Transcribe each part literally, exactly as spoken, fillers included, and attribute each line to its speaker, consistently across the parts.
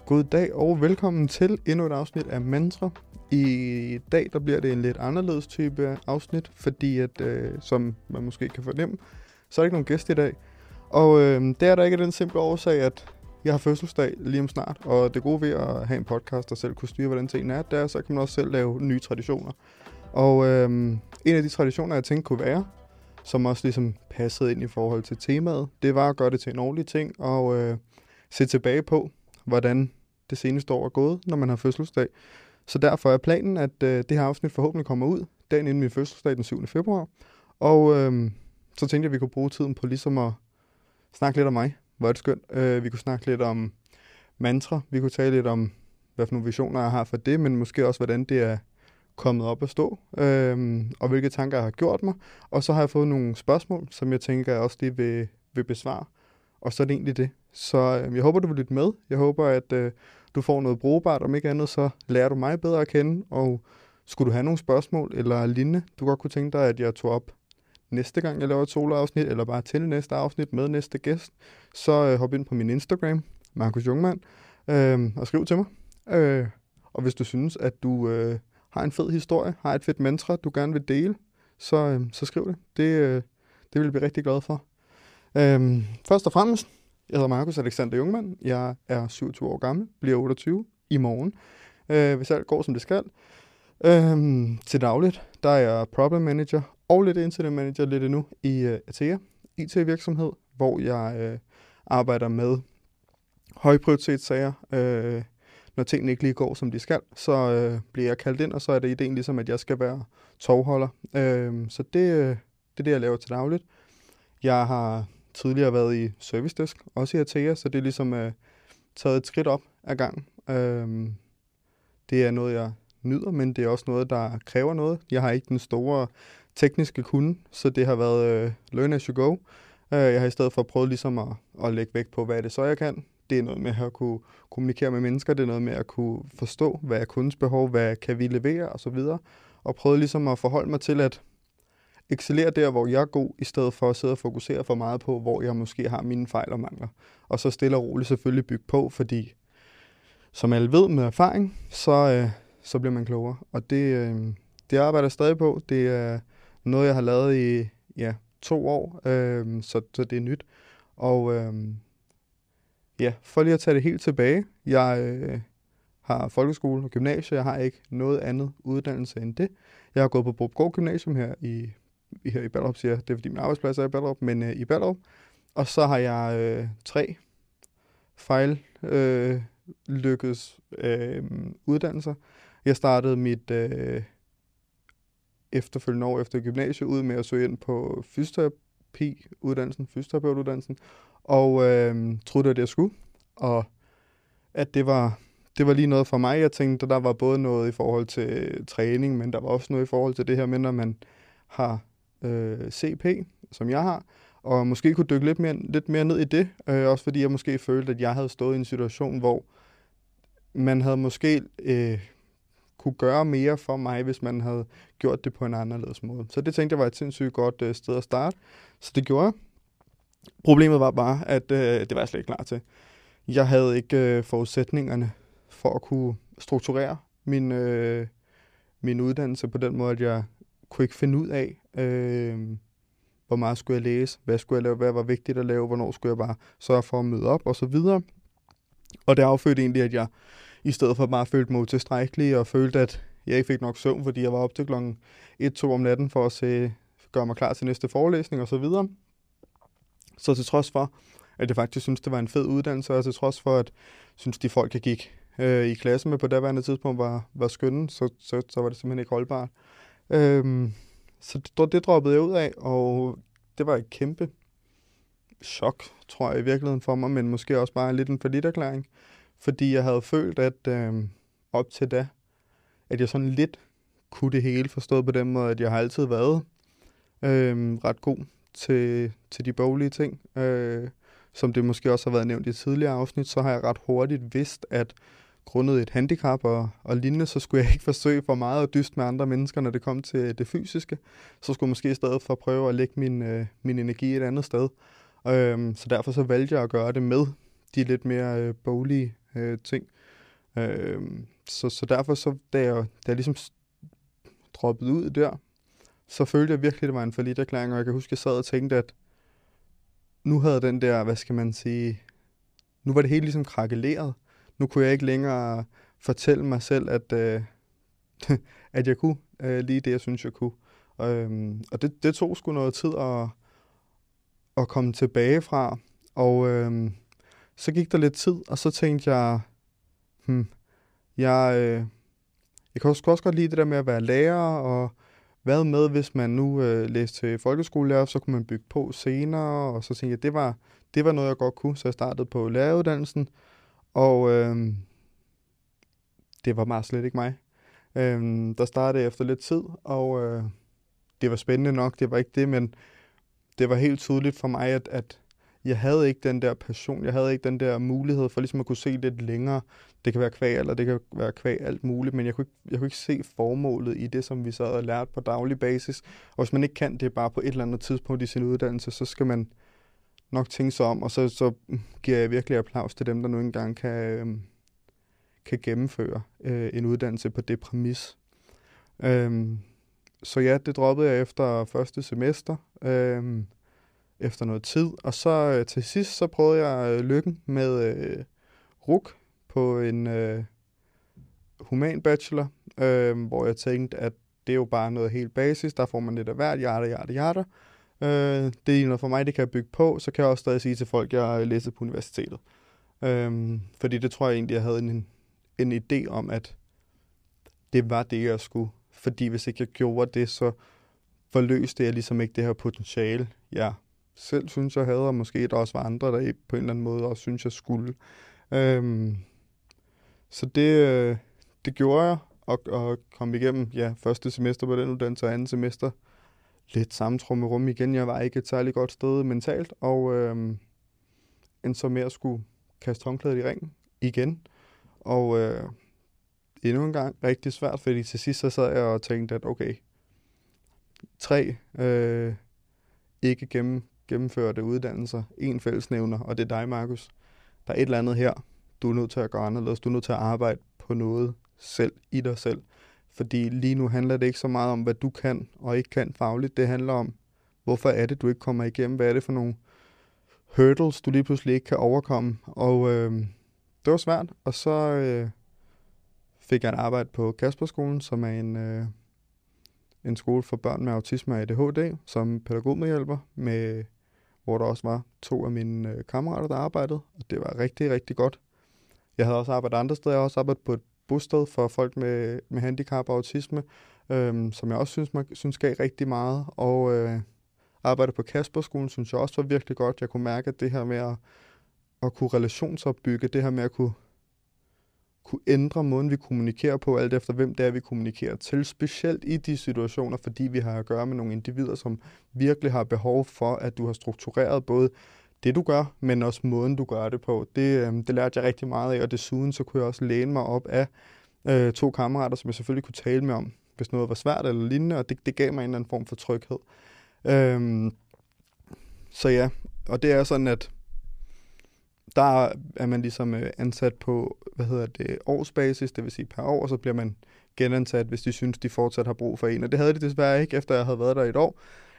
Speaker 1: God dag og velkommen til endnu et afsnit af Mantra. I dag der bliver det en lidt anderledes type afsnit, fordi at, øh, som man måske kan fornemme, så er der ikke nogen gæst i dag. Og øh, det er der ikke af den simple årsag, at jeg har fødselsdag lige om snart, og det gode ved at have en podcast og selv kunne styre, hvordan tingene er, der er, så kan man også selv lave nye traditioner. Og øh, en af de traditioner, jeg tænkte kunne være, som også ligesom passede ind i forhold til temaet, det var at gøre det til en ordentlig ting og øh, se tilbage på, hvordan det seneste år er gået, når man har fødselsdag. Så derfor er planen, at øh, det her afsnit forhåbentlig kommer ud dagen inden min fødselsdag den syvende februar. Og øh, så tænkte jeg, at vi kunne bruge tiden på ligesom at snakke lidt om mig. Hvor er det skønt. Øh, vi kunne snakke lidt om mantra. Vi kunne tale lidt om, hvad for nogle visioner jeg har for det, men måske også, hvordan det er kommet op at stå, øh, og hvilke tanker jeg har gjort mig. Og så har jeg fået nogle spørgsmål, som jeg tænker, jeg også lige vil, vil besvare. Og så er det egentlig det. Så øh, jeg håber, du vil lytte med. Jeg håber, at øh, du får noget brugbart. Om ikke andet, så lærer du mig bedre at kende. Og skulle du have nogle spørgsmål eller lignende, du godt kunne tænke dig, at jeg tog op næste gang, jeg laver et soloafsnit, eller bare til næste afsnit med næste gæst, så øh, hop ind på min Instagram, Markus Jungmann, øh, og skriv til mig. Øh, og hvis du synes, at du øh, har en fed historie, har et fedt mantra, du gerne vil dele, så, øh, så skriv det. Det, øh, det vil jeg blive rigtig glad for. Øh, først og fremmest, jeg hedder Markus Alexander Jungmann. Jeg er syvogtyve år gammel, bliver otteogtyve i morgen, øh, hvis alt går, som det skal. Øh, til dagligt, der er jeg problem manager og lidt incident manager lidt endnu i uh, Atea, I T-virksomhed, hvor jeg uh, arbejder med højprioritetssager. Uh, når tingene ikke lige går, som de skal, så uh, bliver jeg kaldt ind, og så er det ideen ligesom, at jeg skal være tovholder. Uh, så det, uh, det er det, jeg laver til dagligt. Jeg har tidligere været i service desk, også i Atea, så det er ligesom uh, taget et skridt op ad gangen. Uh, det er noget, jeg nyder, men det er også noget, der kræver noget. Jeg har ikke den store tekniske kunde, så det har været uh, learn as you go. Uh, jeg har i stedet for prøvet ligesom at, at lægge vægt på, hvad er det så, jeg kan. Det er noget med at kunne kommunikere med mennesker, det er noget med at kunne forstå, hvad er kundens behov, hvad kan vi levere osv. Og prøve ligesom at forholde mig til at excellere der, hvor jeg er god, i stedet for at sidde og fokusere for meget på, hvor jeg måske har mine fejl og mangler. Og så stille og roligt selvfølgelig bygge på, fordi som alle ved med erfaring, så, uh, så bliver man klogere. Og det, uh, det arbejder jeg stadig på. Det er noget, jeg har lavet i ja, to år, øh, så, så det er nyt. Og øh, ja, for lige at tage det helt tilbage. Jeg øh, har folkeskole og gymnasie. Jeg har ikke noget andet uddannelse end det. Jeg har gået på Brobgård Gymnasium her i, her i Ballerup, siger det er fordi min arbejdsplads er i Ballerup, men øh, i Ballerup. Og så har jeg øh, tre fejl øh, lykkedes øh, uddannelser. Jeg startede mit Øh, efterfølgende år efter gymnasiet ud med at søge ind på fysioterapi-uddannelsen, fysioterapeutuddannelsen, og øh, troede, at det jeg skulle, og at det var, det var lige noget for mig. Jeg tænkte, at der var både noget i forhold til træning, men der var også noget i forhold til det her med, når man har øh, C P, som jeg har, og måske kunne dykke lidt mere, lidt mere ned i det, øh, også fordi jeg måske følte, at jeg havde stået i en situation, hvor man havde måske Øh, kunne gøre mere for mig, hvis man havde gjort det på en anderledes måde. Så det tænkte jeg var et sindssygt godt øh, sted at starte. Så det gjorde jeg. Problemet var bare, at øh, det var jeg slet ikke klar til. Jeg havde ikke øh, forudsætningerne for at kunne strukturere min, øh, min uddannelse på den måde, at jeg kunne ikke finde ud af, øh, hvor meget skulle jeg læse, hvad skulle jeg lave, hvad var vigtigt at lave, hvornår skulle jeg bare sørge for at møde op, og så videre. Og det affødte egentlig, at jeg i stedet for bare følte mig utilstrækkelig og følte, at jeg ikke fik nok søvn, fordi jeg var op til klokken et to om natten for at se, gøre mig klar til næste forelæsning og så videre. Så til trods for, at jeg faktisk synes, det var en fed uddannelse, og til trods for, at jeg synes, de folk, jeg gik øh, i klasse med på daværende tidspunkt, var, var skønne, så, så, så var det simpelthen ikke holdbart. Øhm, så det, det droppede jeg ud af, og det var et kæmpe chok, tror jeg i virkeligheden for mig, men måske også bare lidt en falliterklæring. Fordi jeg havde følt, at øh, op til da, at jeg sådan lidt kunne det hele, forstået på den måde, at jeg har altid været øh, ret god til, til de boglige ting. Øh, som det måske også har været nævnt i tidligere afsnit, så har jeg ret hurtigt vidst, at grundet et handicap og, og lignende, så skulle jeg ikke forsøge for meget at dyste med andre mennesker, når det kom til det fysiske. Så skulle jeg måske i stedet for prøve at lægge min, øh, min energi et andet sted. Øh, så derfor så valgte jeg at gøre det med de lidt mere øh, boglige øh, ting. Øh, så, så derfor, så, da, jeg, da jeg ligesom droppede ud der, så følte jeg virkelig, at det var en falliterklæring, og jeg kan huske, at jeg sad og tænkte, at nu havde den der, hvad skal man sige, nu var det helt ligesom krakeleret. Nu kunne jeg ikke længere fortælle mig selv, at, øh, at jeg kunne øh, lige det, jeg synes, jeg kunne. Øhm, og det, det tog sgu noget tid at, at komme tilbage fra. Og øhm, så gik der lidt tid, og så tænkte jeg, hmm, jeg, øh, jeg kan også, også godt lide det der med at være lærer, og hvad med, hvis man nu øh, læste til folkeskolelærer, så kunne man bygge på senere, og så tænkte jeg, det var, det var noget, jeg godt kunne, så jeg startede på læreruddannelsen, og øh, det var meget slet ikke mig. Øh, der startede jeg efter lidt tid, og øh, det var spændende nok, det var ikke det, men det var helt tydeligt for mig, at, at jeg havde ikke den der passion, jeg havde ikke den der mulighed for ligesom at kunne se lidt længere. Det kan være kvæg, eller det kan være kvæg alt muligt, men jeg kunne, ikke, jeg kunne ikke se formålet i det, som vi så havde lært på daglig basis. Og hvis man ikke kan det bare på et eller andet tidspunkt i sin uddannelse, så skal man nok tænke sig om, og så, så giver jeg virkelig applaus til dem, der nu engang kan, øh, kan gennemføre øh, en uddannelse på det præmis. Øh, så ja, det droppede jeg efter første semester. Øh, efter noget tid, og så øh, til sidst, så prøvede jeg øh, lykken med øh, R U C på en øh, human bachelor, øh, hvor jeg tænkte, at det er jo bare noget helt basis, der får man lidt af hvert, jada, jada, jada. Øh, det er noget for mig, det kan jeg bygge på, så kan jeg også stadig sige til folk, at jeg læser på universitetet. Øh, fordi det tror jeg egentlig, jeg havde en, en idé om, at det var det, jeg skulle. Fordi hvis ikke jeg gjorde det, så forløste jeg ligesom ikke det her potentiale, jeg selv synes, jeg havde, og måske der også var andre, der på en eller anden måde også synes, jeg skulle. Øhm, så det, det gjorde jeg, og, og kom igennem ja, første semester på den uddannelse, og anden semester lidt sammentrum rum igen. Jeg var ikke et særligt godt sted mentalt, og øhm, endte så med at skulle kaste håndklædet i ringen igen. Og øh, endnu en gang rigtig svært, fordi til sidst så sad jeg og tænkte, at okay, tre øh, ikke gennem gennemførte uddannelser, en fællesnævner, og det er dig, Markus. Der er et eller andet her, du er nødt til at gøre anderledes. Du er nødt til at arbejde på noget selv, i dig selv. Fordi lige nu handler det ikke så meget om, hvad du kan og ikke kan fagligt. Det handler om, hvorfor er det, du ikke kommer igennem? Hvad er det for nogle hurdles, du lige pludselig ikke kan overkomme? Og øh, det var svært, og så øh, fik jeg et arbejde på Kasperskolen, som er en... Øh, en skole for børn med autisme og A D H D, som pædagogmedhjælper, med, hvor der også var to af mine øh, kammerater, der arbejdede, og det var rigtig, rigtig godt. Jeg havde også arbejdet andre steder. Jeg har også arbejdet på et bosted for folk med, med handicap og autisme, øhm, som jeg også synes, man, synes gav rigtig meget, og øh, arbejdet på Kasperskolen synes jeg også var virkelig godt. Jeg kunne mærke, at det her med at, at kunne relationsopbygge, det her med at kunne kunne ændre måden, vi kommunikerer på, alt efter hvem det er, vi kommunikerer til, specielt i de situationer, fordi vi har at gøre med nogle individer, som virkelig har behov for, at du har struktureret både det, du gør, men også måden, du gør det på. Det, øh, det lærte jeg rigtig meget af, og desuden så kunne jeg også læne mig op af øh, to kammerater, som jeg selvfølgelig kunne tale med om, hvis noget var svært eller lignende, og det, det gav mig en eller anden form for tryghed. Øh, så ja, og det er sådan, at der er man ligesom ansat på, hvad hedder det, årsbasis, det vil sige per år, og så bliver man genansat, hvis de synes, de fortsat har brug for en. Og det havde de desværre ikke, efter jeg havde været der et år.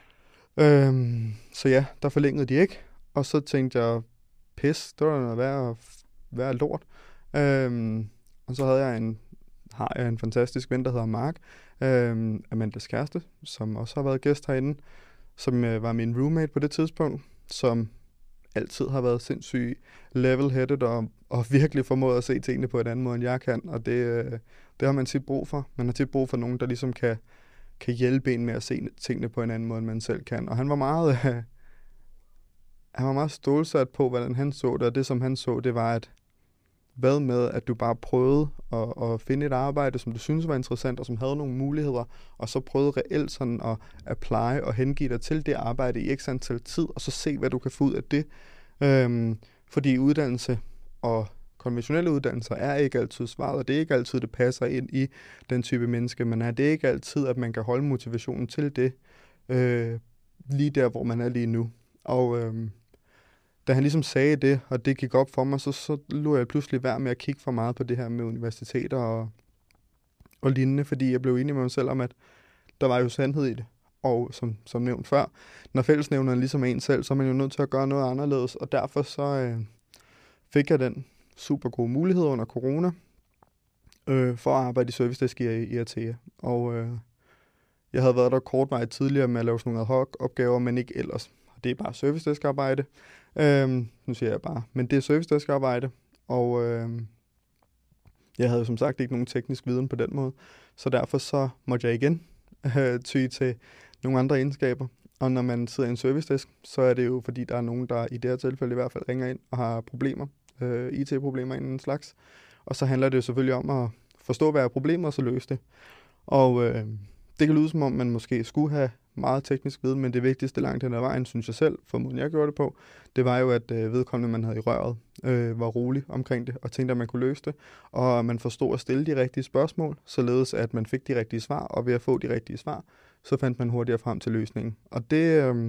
Speaker 1: Øhm, så ja, der forlængede de ikke. Og så tænkte jeg, pis, det var noget værd, værd lort. Øhm, og så havde jeg en, har jeg en fantastisk ven, der hedder Mark, øhm, Amandas kæreste, som også har været gæst herinde, som øh, var min roommate på det tidspunkt, som altid har været sindssygt level-headed og, og virkelig formået at se tingene på en anden måde, end jeg kan. Og det, det har man tit brug for. Man har tit brug for nogen, der ligesom kan, kan hjælpe en med at se tingene på en anden måde, end man selv kan. Og han var meget, øh, han var meget stålsat på, hvordan han så det. Og det, som han så, det var, at hvad med, at du bare prøvede at, at finde et arbejde, som du synes var interessant, og som havde nogle muligheder, og så prøvede reelt sådan at apply og hengive dig til det arbejde i x antal tid, og så se, hvad du kan få ud af det. Øhm, fordi uddannelse og konventionelle uddannelser er ikke altid svaret, og det er ikke altid, det passer ind i den type menneske, man er. Det er ikke altid, at man kan holde motivationen til det, øh, lige der, hvor man er lige nu. Og øh, da han ligesom sagde det, og det gik op for mig, så, så lå jeg pludselig værd med at kigge for meget på det her med universiteter og, og lignende, fordi jeg blev enig med mig selv om, at der var jo sandhed i det. Og som, som nævnt før, når fællesnævneren ligesom er en selv, så er man jo nødt til at gøre noget anderledes, og derfor så øh, fik jeg den super gode mulighed under corona, øh, for at arbejde i servicedesk i, i Atea. Og øh, jeg havde været der kortvarigt tidligere med at lave sådan nogle ad hoc opgaver, men ikke ellers. Det er bare servicedesk-arbejde. Øh, nu siger jeg bare, men det er servicedesk-arbejde, og øh, jeg havde som sagt ikke nogen teknisk viden på den måde, så derfor så måtte jeg igen øh, ty til nogle andre egenskaber. Og når man sidder i en servicedesk, så er det jo fordi, der er nogen, der i det her tilfælde i hvert fald ringer ind og har problemer, øh, I T-problemer inden en slags. Og så handler det jo selvfølgelig om at forstå, hvad er problemet, og så løse det. Og øh, det kan lyde som om, man måske skulle have meget teknisk viden, men det vigtigste langt hen ad vejen, synes jeg selv, for måden jeg gjorde det på, det var jo, at øh, vedkommende, man havde i røret, øh, var rolig omkring det, og tænkte, at man kunne løse det, og man forstod at stille de rigtige spørgsmål, således at man fik de rigtige svar, og ved at få de rigtige svar, så fandt man hurtigere frem til løsningen. Og det, øh,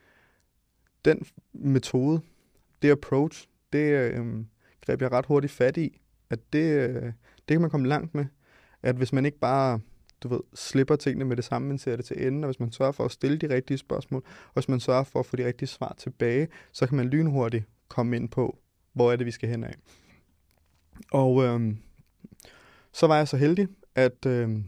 Speaker 1: den metode, det approach, det øh, greb jeg ret hurtigt fat i, at det, øh, det kan man komme langt med, at hvis man ikke bare du ved, slipper tingene med det samme, men ser det til enden, og hvis man sørger for at stille de rigtige spørgsmål, og hvis man sørger for at få de rigtige svar tilbage, så kan man lynhurtigt komme ind på, hvor er det, vi skal hen af. Og øhm, så var jeg så heldig, at øhm,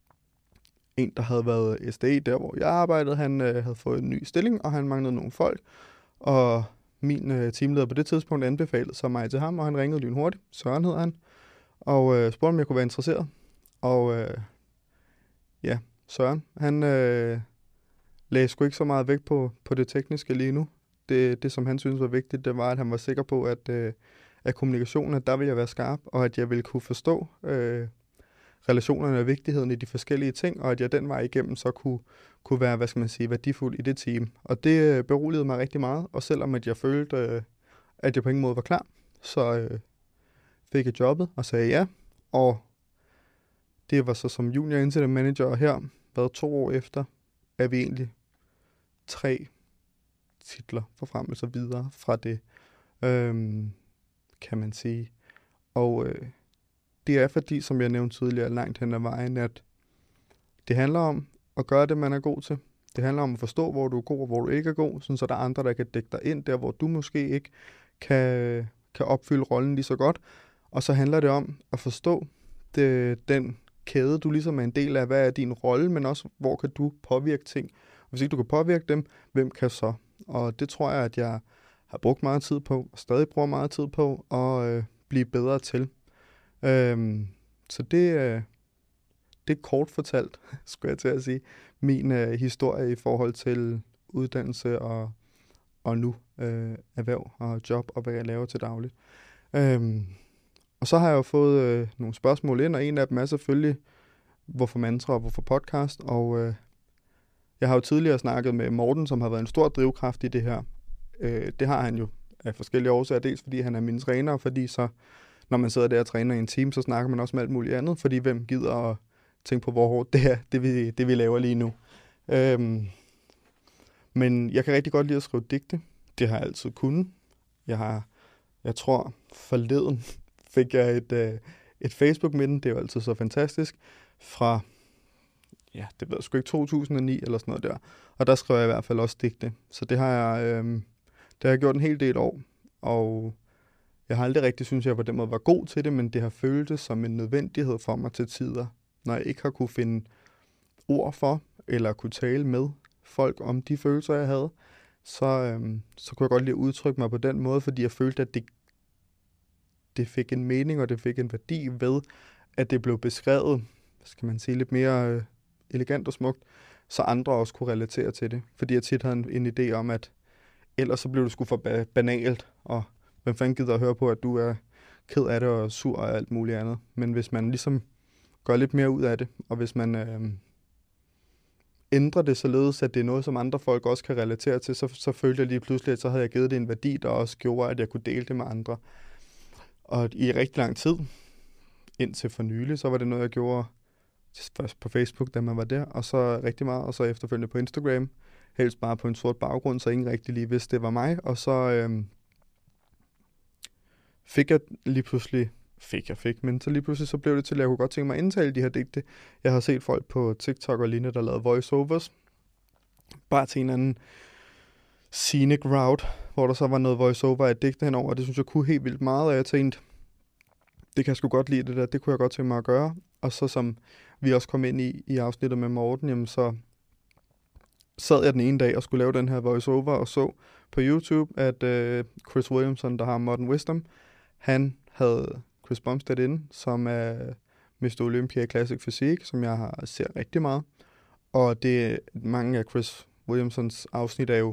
Speaker 1: en, der havde været S D E, der hvor jeg arbejdede, han øh, havde fået en ny stilling, og han manglede nogle folk, og min øh, teamleder på det tidspunkt anbefalede så mig til ham, og han ringede lynhurtigt, Søren hedder han, og øh, spurgte, om jeg kunne være interesseret. Og øh, ja, Søren, han øh, lagde sgu ikke så meget vægt på, på det tekniske lige nu. Det, det, som han synes var vigtigt, det var, at han var sikker på, at, øh, at kommunikationen, at der ville jeg være skarp, og at jeg ville kunne forstå øh, relationerne og vigtigheden i de forskellige ting, og at jeg den vej igennem så kunne, kunne være, hvad skal man sige, værdifuld i det team. Og det øh, beroligede mig rigtig meget, og selvom at jeg følte, øh, at jeg på ingen måde var klar, så øh, fik jeg jobbet og sagde ja, og det var så som junior incident manager, og her, været to år efter, er vi egentlig tre titler forfremmelser videre fra det, øhm, kan man sige. Og øh, det er fordi, som jeg nævnte tidligere, langt hen ad vejen, at det handler om at gøre det, man er god til. Det handler om at forstå, hvor du er god og hvor du ikke er god, sådan så der er andre, der kan dække dig ind der, hvor du måske ikke kan, kan opfylde rollen lige så godt. Og så handler det om at forstå det, den kæde, du ligesom er en del af, hvad er din rolle, men også, hvor kan du påvirke ting. Og hvis ikke du kan påvirke dem, hvem kan så? Og det tror jeg, at jeg har brugt meget tid på, og stadig bruger meget tid på, at øh, blive bedre til. Øhm, så det, øh, det er kort fortalt, skulle jeg til at sige, min øh, historie i forhold til uddannelse og, og nu øh, erhverv og job, og hvad jeg laver til dagligt. Øhm, Og så har jeg jo fået øh, nogle spørgsmål ind, og en af dem er selvfølgelig, hvorfor mantra og hvorfor podcast. Og øh, jeg har jo tidligere snakket med Morten, som har været en stor drivkraft i det her. Øh, det har han jo af forskellige årsager. Dels fordi han er min træner, og fordi så, når man sidder der og træner i en team, så snakker man også med alt muligt andet. Fordi hvem gider at tænke på, hvor hårdt det er, det vi, det vi laver lige nu. Øhm, men jeg kan rigtig godt lide at skrive digte. Det har jeg altid kunnet. Jeg har, jeg tror, forleden fik jeg et, øh, et Facebook-minde, det er jo altid så fantastisk, fra, ja, det ved jeg sgu ikke, to tusind og ni eller sådan noget der. Og der skrev jeg i hvert fald også digte. Så det har jeg, øh, det har jeg gjort en hel del år, og jeg har aldrig rigtig synes jeg på den måde var god til det, men det har føltes som en nødvendighed for mig til tider, når jeg ikke har kunne finde ord for, eller kunne tale med folk om de følelser, jeg havde, så, øh, så kunne jeg godt lide at udtrykke mig på den måde, fordi jeg følte, at det det fik en mening, og det fik en værdi ved, at det blev beskrevet, skal man sige, lidt mere øh, elegant og smukt, så andre også kunne relatere til det. Fordi jeg tit havde en, en idé om, at ellers så blev det sgu for ba- banalt, og hvem fanden gider at høre på, at du er ked af det og sur og alt muligt andet. Men hvis man ligesom gør lidt mere ud af det, og hvis man øh, ændrer det således, at det er noget, som andre folk også kan relatere til, så, så følte jeg lige pludselig, at så havde jeg givet det en værdi, der også gjorde, at jeg kunne dele det med andre. Og i rigtig lang tid, indtil for nylig, så var det noget, jeg gjorde først på Facebook, da man var der, og så rigtig meget, og så efterfølgende på Instagram. Helst bare på en sort baggrund, så ingen rigtig lige vidste, det var mig. Og så, øhm, fik jeg lige pludselig, fik jeg fik, men så lige pludselig så blev det til, at jeg kunne godt tænke mig at indtale de her digte. Jeg har set folk på TikTok og lignende, der lavede voiceovers, bare til en anden scenic route, hvor der så var noget voiceover af digte henover, og det synes jeg kunne helt vildt meget, og jeg tænkte, det kan jeg sgu godt lide det der, det kunne jeg godt tænke mig at gøre. Og så som vi også kom ind i, i afsnittet med Morten, jamen så sad jeg den ene dag og skulle lave den her voiceover, og så på YouTube, at øh, Chris Williamson, der har Modern Wisdom, han havde Chris Bumstead inde, som er mister Olympia i Classic Fysik, som jeg har ser rigtig meget. Og det mange af Chris Williamsons afsnit er jo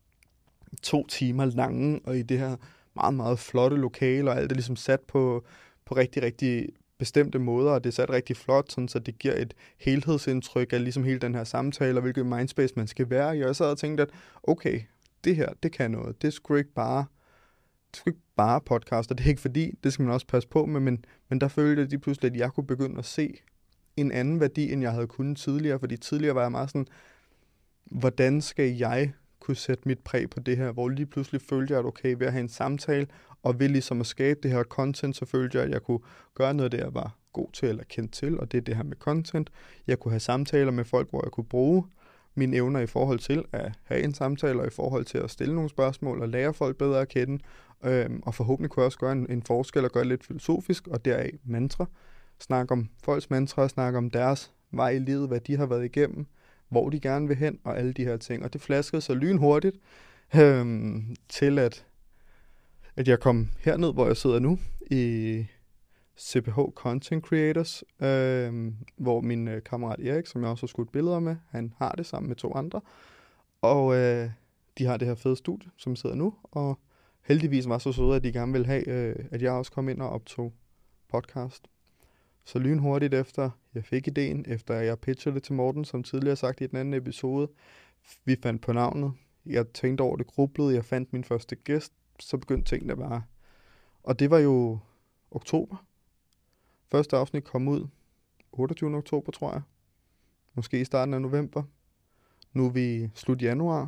Speaker 1: to timer lange, og i det her meget, meget flotte lokale, og alt er ligesom sat på, på rigtig, rigtig bestemte måder, og det er sat rigtig flot, sådan, så det giver et helhedsindtryk af ligesom hele den her samtale, og hvilket mindspace man skal være i. Og jeg sad og tænkte, at okay, det her, det kan noget. Det er sgu ikke bare, det er sgu ikke bare podcast, og det er ikke fordi, det skal man også passe på med, men, men der følte jeg lige pludselig, at jeg kunne begynde at se en anden værdi, end jeg havde kunnet tidligere, fordi tidligere var jeg meget sådan, hvordan skal jeg kunne sætte mit præg på det her, hvor lige pludselig følte jeg, at okay, ved at have en samtale, og ved ligesom at skabe det her content, så følte jeg, at jeg kunne gøre noget af det, jeg var god til eller kendt til, og det er det her med content. Jeg kunne have samtaler med folk, hvor jeg kunne bruge mine evner i forhold til at have en samtale, og i forhold til at stille nogle spørgsmål og lære folk bedre at kende, øhm, og forhåbentlig kunne jeg også gøre en, en forskel og gøre det lidt filosofisk, og deraf mantra. Snakke om folks mantra, snakke om deres vej i livet, hvad de har været igennem, hvor de gerne vil hen, og alle de her ting. Og det flaskede så lynhurtigt øhm, til, at, at jeg kom herned, hvor jeg sidder nu, i C P H Content Creators, øhm, hvor min øh, kammerat Erik, som jeg også har skudt billeder med, han har det sammen med to andre. Og øh, de har det her fede studie, som sidder nu, og heldigvis var så søde, at de gerne ville have, øh, at jeg også kom ind og optog podcast. Så lynhurtigt efter jeg fik ideen, efter jeg pitchede det til Morten, som tidligere sagt i den anden episode, vi fandt på navnet. Jeg tænkte over det, grublede, jeg fandt min første gæst, så begyndte tingene bare. Og det var jo oktober. Første afsnit kom ud otteogtyvende oktober, tror jeg. Måske i starten af november. Nu er vi slut januar.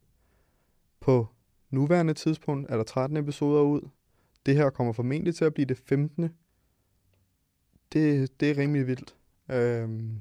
Speaker 1: På nuværende tidspunkt er der tretten episoder ud. Det her kommer formentlig til at blive det femtende. Det, det er rimelig vildt. Øhm,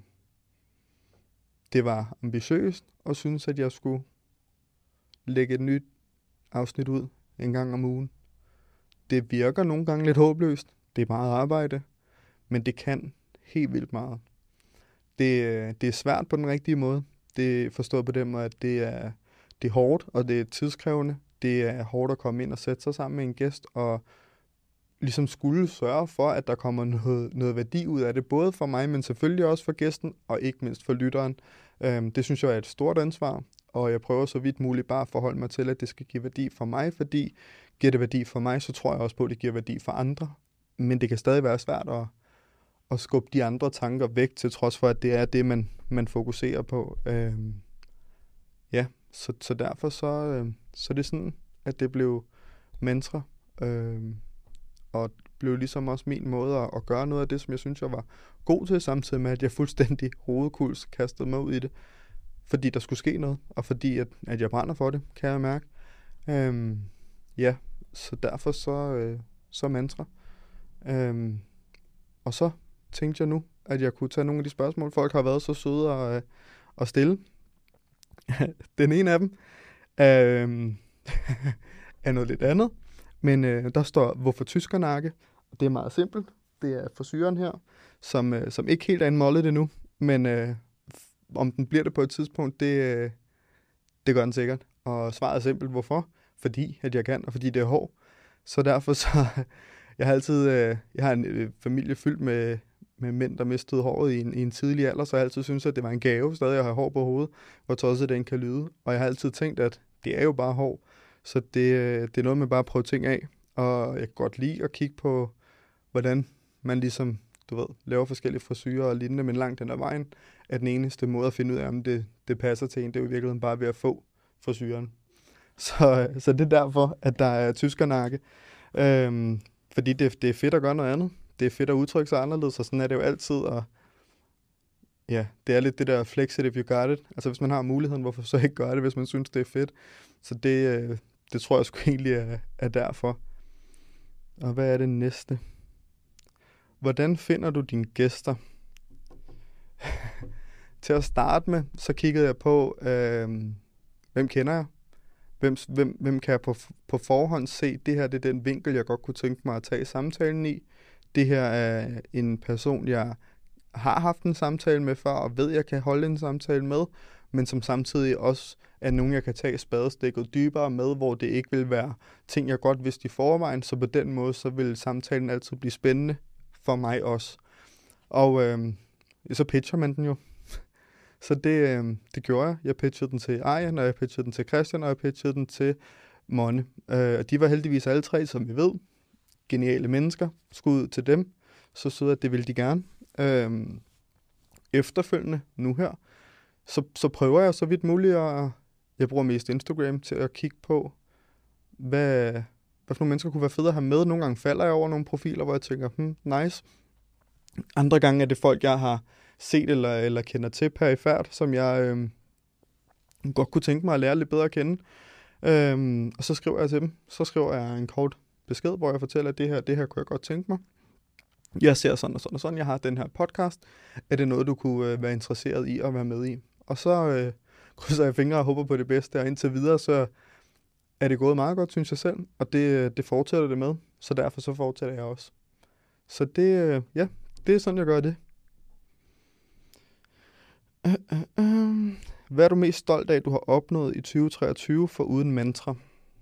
Speaker 1: det var ambitiøst, og synes, at jeg skulle lægge et nyt afsnit ud en gang om ugen. Det virker nogle gange lidt håbløst. Det er meget arbejde, men det kan helt vildt meget. Det, det er svært på den rigtige måde. Det forstået på den måde, at det er, det er hårdt, og det er tidskrævende. Det er hårdt at komme ind og sætte sig sammen med en gæst, og ligesom skulle sørge for, at der kommer noget, noget værdi ud af det, både for mig, men selvfølgelig også for gæsten, og ikke mindst for lytteren. Øhm, det synes jeg er et stort ansvar, og jeg prøver så vidt muligt bare at forholde mig til, at det skal give værdi for mig, fordi giver det værdi for mig, så tror jeg også på, at det giver værdi for andre. Men det kan stadig være svært at, at skubbe de andre tanker væk, til trods for, at det er det, man, man fokuserer på. Øhm, ja, så, så derfor så, øh, så er det sådan, at det blev mantra, øhm, og blev ligesom også min måde at, at gøre noget af det, som jeg synes, jeg var god til, samtidig med, at jeg fuldstændig hovedkuls kastede mig ud i det, fordi der skulle ske noget, og fordi at, at jeg brænder for det, kan jeg mærke. Øhm, ja, så derfor så, øh, så mantra. Øhm, og så tænkte jeg nu, at jeg kunne tage nogle af de spørgsmål, folk har været så søde at, at stille. Den ene af dem øh, er noget lidt andet, men øh, der står, hvorfor tyskernakke? Det er meget simpelt. Det er frisyren her, som, øh, som ikke helt er en mollet endnu, men øh, om den bliver det på et tidspunkt, det, øh, det gør den sikkert. Og svaret er simpelt, hvorfor? Fordi at jeg kan, og fordi det er hår. Så derfor så, jeg har altid, øh, jeg har en øh, familie fyldt med, med mænd, der mistede håret i en, i en tidlig alder, så jeg har altid syntes, at det var en gave, stadig at have hår på hovedet, hvor tosset den kan lyde. Og jeg har altid tænkt, at det er jo bare hår, så det, øh, det er noget med bare at prøve ting af. Og jeg kan godt lide at kigge på, hvordan man ligesom, du ved, laver forskellige frisyrer og lignende, men langt den ad vejen er den eneste måde at finde ud af, om det, det passer til en. Det er jo i virkeligheden bare ved at få frisyren. Så, så det er derfor, at der er tyskernakke. Øhm, fordi det, det er fedt at gøre noget andet. Det er fedt at udtrykke sig anderledes, og sådan er det jo altid. Og ja, det er lidt det der flex it if you got it. Altså hvis man har muligheden, hvorfor så ikke gøre det, hvis man synes, det er fedt. Så det, det tror jeg sgu egentlig er, er derfor. Og hvad er det næste? Hvordan finder du dine gæster? Til at starte med, så kiggede jeg på, øh, hvem kender jeg? Hvem, hvem, hvem kan jeg på, på forhånd se, det her det er den vinkel, jeg godt kunne tænke mig at tage samtalen i. Det her er en person, jeg har haft en samtale med før, og ved, jeg kan holde en samtale med, men som samtidig også er nogen, jeg kan tage spadestikket dybere med, hvor det ikke vil være ting, jeg godt vidste i forvejen, så på den måde, så vil samtalen altid blive spændende for mig også. Og øh, så pitcher man den jo. Så det, øh, det gjorde jeg. Jeg pitchede den til Arjen, og jeg pitchede den til Christian, og jeg pitchede den til Monne. Øh, de var heldigvis alle tre, som vi ved, geniale mennesker. Skud til dem. Så søde, at det ville de gerne. Øh, efterfølgende, nu her, så, så prøver jeg så vidt muligt at... Jeg bruger mest Instagram til at kigge på, hvad, hvad for nogle mennesker kunne være fede at have med. Nogle gange falder jeg over nogle profiler, hvor jeg tænker, hmm, nice. Andre gange er det folk, jeg har set eller, eller kender til perifært, som jeg øh, godt kunne tænke mig at lære lidt bedre at kende. Øhm, og så skriver jeg til dem. Så skriver jeg en kort besked, hvor jeg fortæller, at det her, det her kunne jeg godt tænke mig. Jeg ser sådan og sådan og sådan. Jeg har den her podcast. Er det noget, du kunne øh, være interesseret i at være med i? Og så øh, krydser jeg fingre og håber på det bedste. Og indtil videre, så er det gået meget godt, synes jeg selv. Og det, det fortsætter det med. Så derfor så fortsætter jeg også. Så det, øh, ja, det er sådan, jeg gør det. Uh, uh, uh. Hvad er du mest stolt af, du har opnået i tyve treogtyve for uden mantra?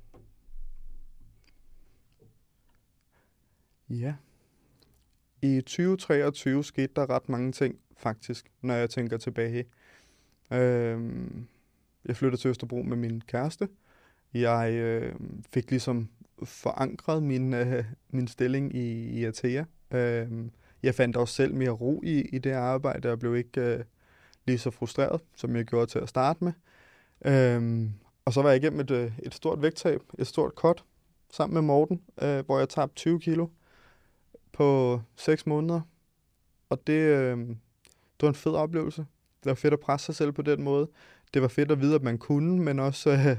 Speaker 1: Ja. I tyve treogtyve skete der ret mange ting, faktisk, når jeg tænker tilbage. Uh, jeg flyttede til Østerbro med min kæreste. Jeg uh, fik ligesom forankret min, uh, min stilling i, i Atea. Uh, jeg fandt også selv mere ro i, i det arbejde, og blev ikke... Uh, lige så frustreret, som jeg gjorde til at starte med. Øhm, og så var jeg igennem et, et stort vægttab, et stort cut, sammen med Morten, øh, hvor jeg tabte tyve kilo på seks måneder. Og det, øh, det var en fed oplevelse. Det var fedt at presse sig selv på den måde. Det var fedt at vide, at man kunne, men også, øh,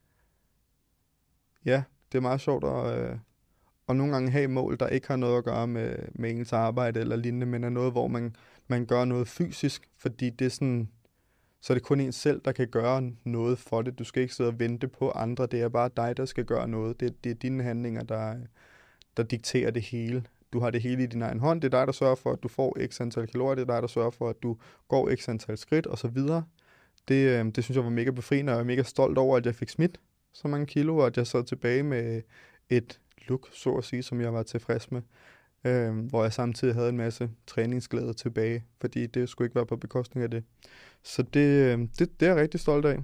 Speaker 1: ja, det er meget sjovt at, øh, og nogle gange have mål, der ikke har noget at gøre med, med ens arbejde eller lignende, men er noget, hvor man, man gør noget fysisk, fordi det er sådan, så er det kun en selv, der kan gøre noget for det. Du skal ikke sidde og vente på andre, det er bare dig, der skal gøre noget. Det, det er dine handlinger, der, der dikterer det hele. Du har det hele i din egen hånd, det er dig, der sørger for, at du får x antal kalorier, det er dig, der sørger for, at du går x antal skridt, og så videre. Det, det synes jeg var mega befriende, og jeg er mega stolt over, at jeg fik smidt så mange kilo, og at jeg sad tilbage med et look, så at sige, som jeg var tilfreds med, øh, hvor jeg samtidig havde en masse træningsglæde tilbage, fordi det skulle ikke være på bekostning af det. Så det, det, det er jeg rigtig stolt af.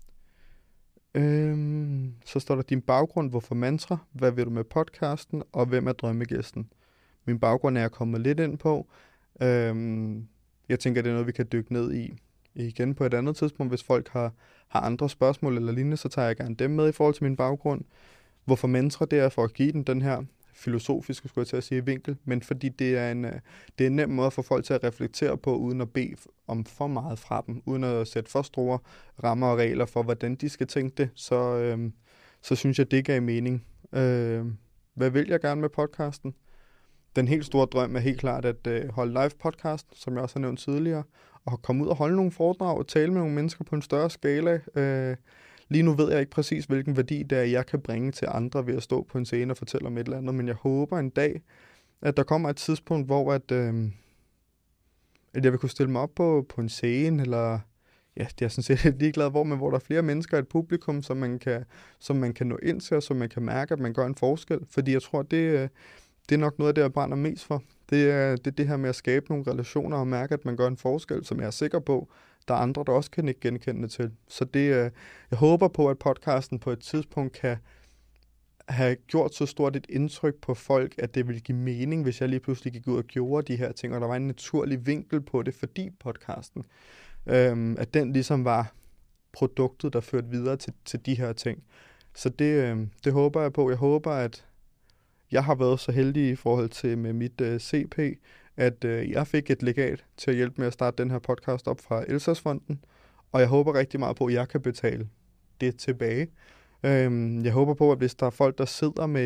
Speaker 1: Øh, så står der din baggrund, hvorfor mantra, hvad vil du med podcasten, og hvem er drømmegæsten? Min baggrund er jeg kommet lidt ind på. Øh, jeg tænker, det er noget, vi kan dykke ned i igen på et andet tidspunkt. Hvis folk har, har andre spørgsmål eller lignende, så tager jeg gerne dem med i forhold til min baggrund. Hvorfor mantra, det er for at give den den her filosofiske, skulle jeg til at sige, vinkel, men fordi det er, en, det er en nem måde for folk til at reflektere på, uden at bede om for meget fra dem, uden at sætte for store rammer og regler for, hvordan de skal tænke det, så, øhm, så synes jeg, det gav mening. Øh, hvad vil jeg gerne med podcasten? Den helt store drøm er helt klart at øh, holde live podcast, som jeg også har nævnt tidligere, og komme ud og holde nogle foredrag og tale med nogle mennesker på en større skala. Øh, Lige nu ved jeg ikke præcis, hvilken værdi det er, jeg kan bringe til andre ved at stå på en scene og fortælle om et eller andet, men jeg håber en dag, at der kommer et tidspunkt, hvor at, øh, at jeg vil kunne stille mig op på, på en scene, eller ja, det er sådan set lidt ligeglad, hvor, men hvor der er flere mennesker, et publikum, som man, kan, som man kan nå ind til, og som man kan mærke, at man gør en forskel. Fordi jeg tror, det, det er nok noget af det, jeg brænder mest for. Det er, det er det her med at skabe nogle relationer og mærke, at man gør en forskel, som jeg er sikker på, der er andre, der også kan ikke genkende det til. Så det, jeg håber på, at podcasten på et tidspunkt kan have gjort så stort et indtryk på folk, at det ville give mening, hvis jeg lige pludselig gik ud og gjorde de her ting, og der var en naturlig vinkel på det, fordi podcasten, øhm, at den ligesom var produktet, der førte videre til, til de her ting. Så det, øhm, det håber jeg på. Jeg håber, at jeg har været så heldig i forhold til med mit øh, C P, at øh, jeg fik et legat til at hjælpe med at starte den her podcast op fra Elsasfonden, og jeg håber rigtig meget på, at jeg kan betale det tilbage. Øhm, jeg håber på, at hvis der er folk, der sidder med,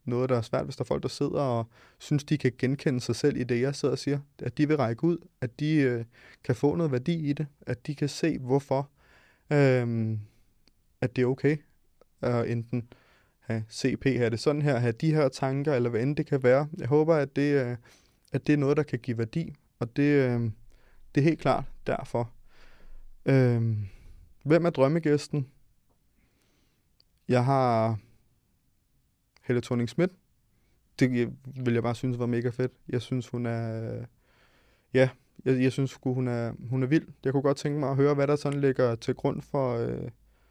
Speaker 1: noget, der er svært, hvis der er folk, der sidder og synes, de kan genkende sig selv i det, jeg sidder og siger. At de vil række ud, at de øh, kan få noget værdi i det, at de kan se, hvorfor øh, at det er okay at enten have C P, have det sådan her, have de her tanker, eller hvad end det kan være. Jeg håber, at det, øh, at det er noget, der kan give værdi, og det, øh, det er helt klart derfor. Øh, hvem er drømmegæsten? Jeg har Helle Thorning-Schmidt. Det vil jeg bare synes var mega fedt. Jeg synes, hun er... Ja, jeg, jeg synes sgu, hun er, hun er vild. Jeg kunne godt tænke mig at høre, hvad der sådan ligger til grund for, øh,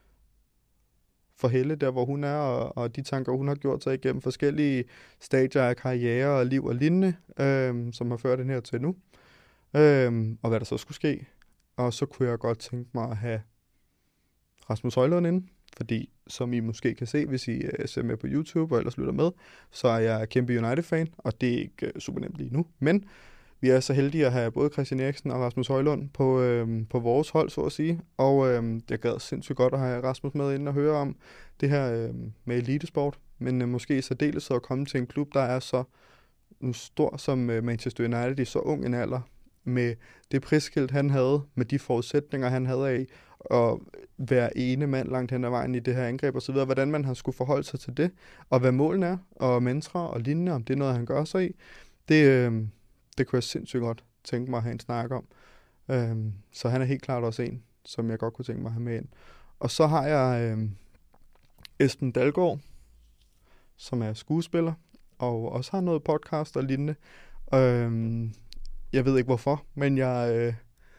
Speaker 1: for Helle, der hvor hun er, og, og de tanker, hun har gjort sig igennem forskellige stadier af karriere og liv og lignende, øh, som har ført den her til nu. Øh, og hvad der så skulle ske. Og så kunne jeg godt tænke mig at have Rasmus Højlund inde. Fordi, som I måske kan se, hvis I uh, ser med på YouTube og ellers lytter med, så er jeg kæmpe United-fan, og det er ikke uh, super nemt lige nu. Men vi er så heldige at have både Christian Eriksen og Rasmus Højlund på, øh, på vores hold, så at sige. Og øh, jeg gad sindssygt godt at have Rasmus med ind og høre om det her øh, med elitesport. Men øh, måske i særdeleshed at komme til en klub, der er så stor som øh, Manchester United i så ung en alder. Med det prisskilt, han havde, med de forudsætninger, han havde af, og være ene mand langt hen ad vejen i det her angreb og så videre, hvordan man har skulle forholde sig til det, og hvad målen er, og mennesker og lignende, om det er noget, han gør sig i, det, øh, det kunne jeg sindssygt godt tænke mig at have en snak om. Øh, så han er helt klart også en, som jeg godt kunne tænke mig at have med ind. Og så har jeg øh, Esben Dalgaard, som er skuespiller, og også har noget podcast og lignende. Øh, jeg ved ikke hvorfor, men jeg... Øh,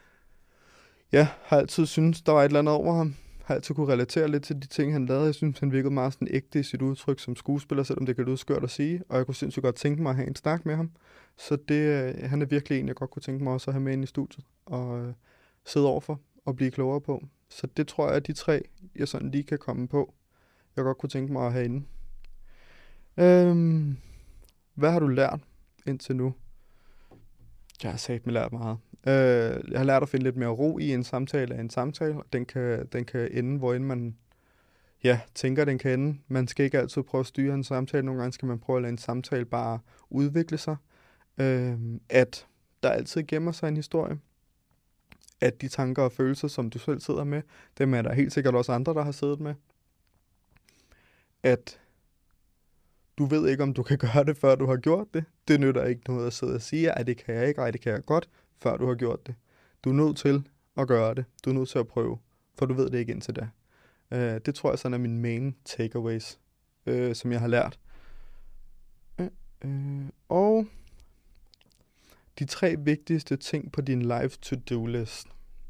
Speaker 1: Ja, har altid synes der var et eller andet over ham. Har altid kunne relatere lidt til de ting, han lavede. Jeg synes, han virkede meget sådan ægte i sit udtryk som skuespiller, selvom det kan lyde skørt at sige. Og jeg kunne sindssygt godt tænke mig at have en snak med ham. Så det, han er virkelig en, jeg godt kunne tænke mig også at have med ind i studiet. Og øh, sidde overfor og blive klogere på. Så det tror jeg er de tre, jeg sådan lige kan komme på. Jeg godt kunne tænke mig at have inde. Øhm, hvad har du lært indtil nu? Jeg har sagt mig lært meget. Uh, jeg har lært at finde lidt mere ro i en samtale af en samtale. Den kan, den kan ende, hvorend man ja, tænker, den kan ende. Man skal ikke altid prøve at styre en samtale. Nogle gange skal man prøve at lade en samtale bare udvikle sig. Uh, at der altid gemmer sig en historie. At de tanker og følelser, som du selv sidder med, dem er der helt sikkert også andre, der har siddet med. At du ved ikke, om du kan gøre det, før du har gjort det. Det nytter ikke noget at sidde og sige, at det kan jeg ikke, ej, det kan jeg godt, før du har gjort det. Du er nødt til at gøre det. Du er nødt til at prøve, for du ved det ikke indtil da. Uh, det tror jeg sådan er mine main takeaways, uh, som jeg har lært. Uh, uh, og de tre vigtigste ting på din life to-do-list.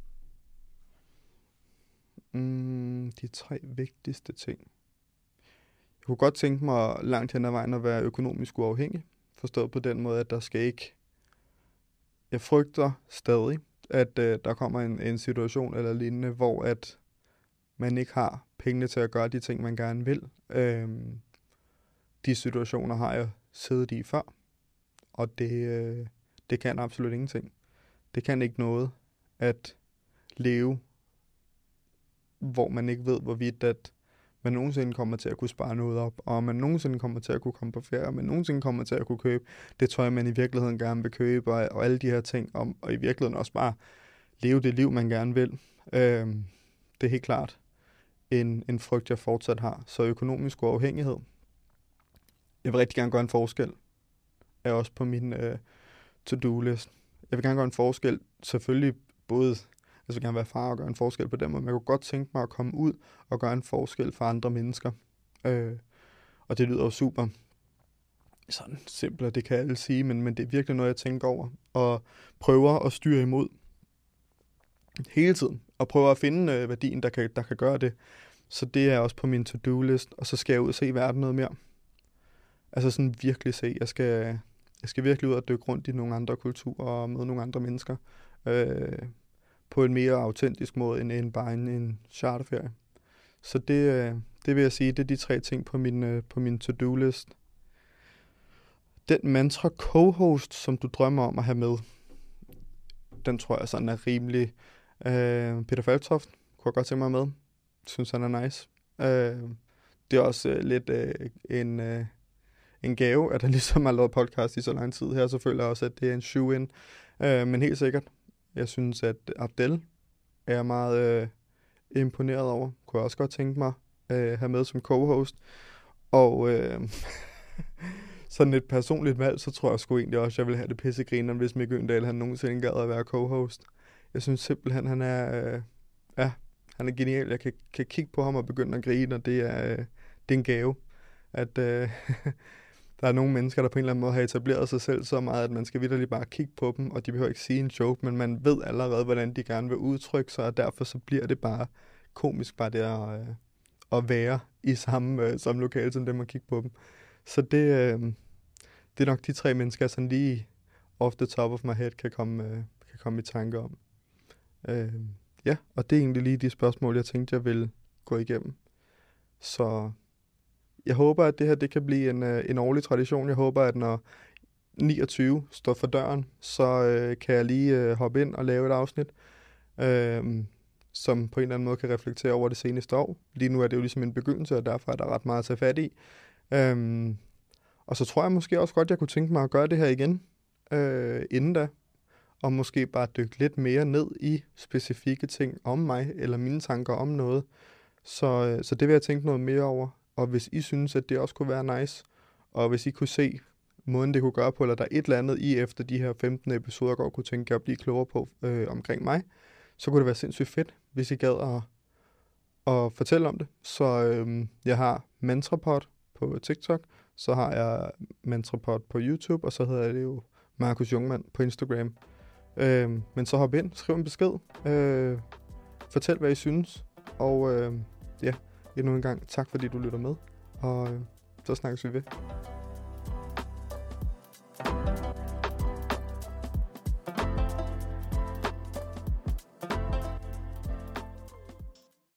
Speaker 1: Mm, de tre vigtigste ting. Jeg kunne godt tænke mig langt hen ad vejen at være økonomisk uafhængig. Forstået på den måde, at der skal ikke... Jeg frygter stadig, at øh, der kommer en, en situation eller lignende, hvor at man ikke har pengene til at gøre de ting, man gerne vil. Øhm, de situationer har jeg siddet i før, og det, øh, det kan absolut ingenting. Det kan ikke noget at leve, hvor man ikke ved, hvorvidt at man nogensinde kommer til at kunne spare noget op, og man nogensinde kommer til at kunne komme på ferie, og man nogensinde kommer til at kunne købe det tøj, man i virkeligheden gerne vil købe, og, og alle de her ting, og, og i virkeligheden også bare leve det liv, man gerne vil. Øhm, det er helt klart en, en frygt, jeg fortsat har. Så økonomisk uafhængighed. Jeg vil rigtig gerne gøre en forskel, er også på min øh, to-do-list. Jeg vil gerne gøre en forskel, selvfølgelig både... Jeg vil gerne være far og gøre en forskel på den måde. Men jeg kunne godt tænke mig at komme ud og gøre en forskel for andre mennesker. Øh, og det lyder jo super sådan simpelt, det kan alle sige, men, men det er virkelig noget, jeg tænker over. Og prøver at styre imod hele tiden. Og prøver at finde øh, værdien, der kan, der kan gøre det. Så det er også på min to-do-list. Og så skal jeg ud og se verden noget mere. Altså sådan virkelig se. Jeg skal, jeg skal virkelig ud og dykke rundt i nogle andre kulturer og møde nogle andre mennesker. Øh, på en mere autentisk måde, end, end bare en, en charterferie. Så det, det vil jeg sige, det er de tre ting på min, på min to-do-list. Den mantra co-host, som du drømmer om at have med, den tror jeg sådan er rimelig. Øh, Peter Falktoft kunne jeg godt tænke mig med. Synes han er nice. Øh, det er også øh, lidt øh, en, øh, en gave, at han ligesom har lavet podcast i så lang tid her. Så føler jeg også, at det er en shoe-in. Øh, men helt sikkert, jeg synes, at Abdel er jeg meget øh, imponeret over. Kunne jeg også godt tænke mig øh, have med som co-host. Og øh, sådan et personligt valg, så tror jeg sgu egentlig også, at jeg ville have det pissegrineren, hvis Mikke Øgendahl han nogensinde gad at være co-host. Jeg synes simpelthen, han er, øh, ja, han er genial. Jeg kan, kan kigge på ham og begynde at grine, og det er, øh, det er en gave. At øh, der er nogle mennesker, der på en eller anden måde har etableret sig selv så meget, at man skal vitterligt bare kigge på dem, og de behøver ikke sige en joke, men man ved allerede, hvordan de gerne vil udtrykke sig, og derfor så bliver det bare komisk, bare det at, øh, at være i samme, øh, samme lokale, som det man kigger på dem. Så det, øh, det er nok de tre mennesker, som lige off the top of my head kan komme, øh, kan komme i tanke om. Øh, ja, og det er egentlig lige de spørgsmål, jeg tænkte, jeg ville gå igennem. Så jeg håber, at det her det kan blive en, øh, en årlig tradition. Jeg håber, at når niogtyve står for døren, så øh, kan jeg lige øh, hoppe ind og lave et afsnit, øh, som på en eller anden måde kan reflektere over det seneste år. Lige nu er det jo ligesom en begyndelse, og derfor er der ret meget at tage fat i. Øh, og så tror jeg måske også godt, jeg kunne tænke mig at gøre det her igen, øh, inden da. Og måske bare dykke lidt mere ned i specifikke ting om mig, eller mine tanker om noget. Så, øh, så det vil jeg tænke noget mere over. Og hvis I synes, at det også kunne være nice, og hvis I kunne se måden, det kunne gøre på, eller der er et eller andet, I efter de her femten episoder godt kunne tænke jer at blive klogere på øh, omkring mig, så kunne det være sindssygt fedt, hvis I gad at, at fortælle om det. Så øh, jeg har Mantrapod på TikTok, så har jeg Mantrapod på YouTube, og så hedder det jo Markus Jungmann på Instagram. Øh, men så hop ind, skriv en besked, øh, fortæl hvad I synes, og øh, ja, endnu en gang tak fordi du lytter med, og øh, så snakkes vi ved.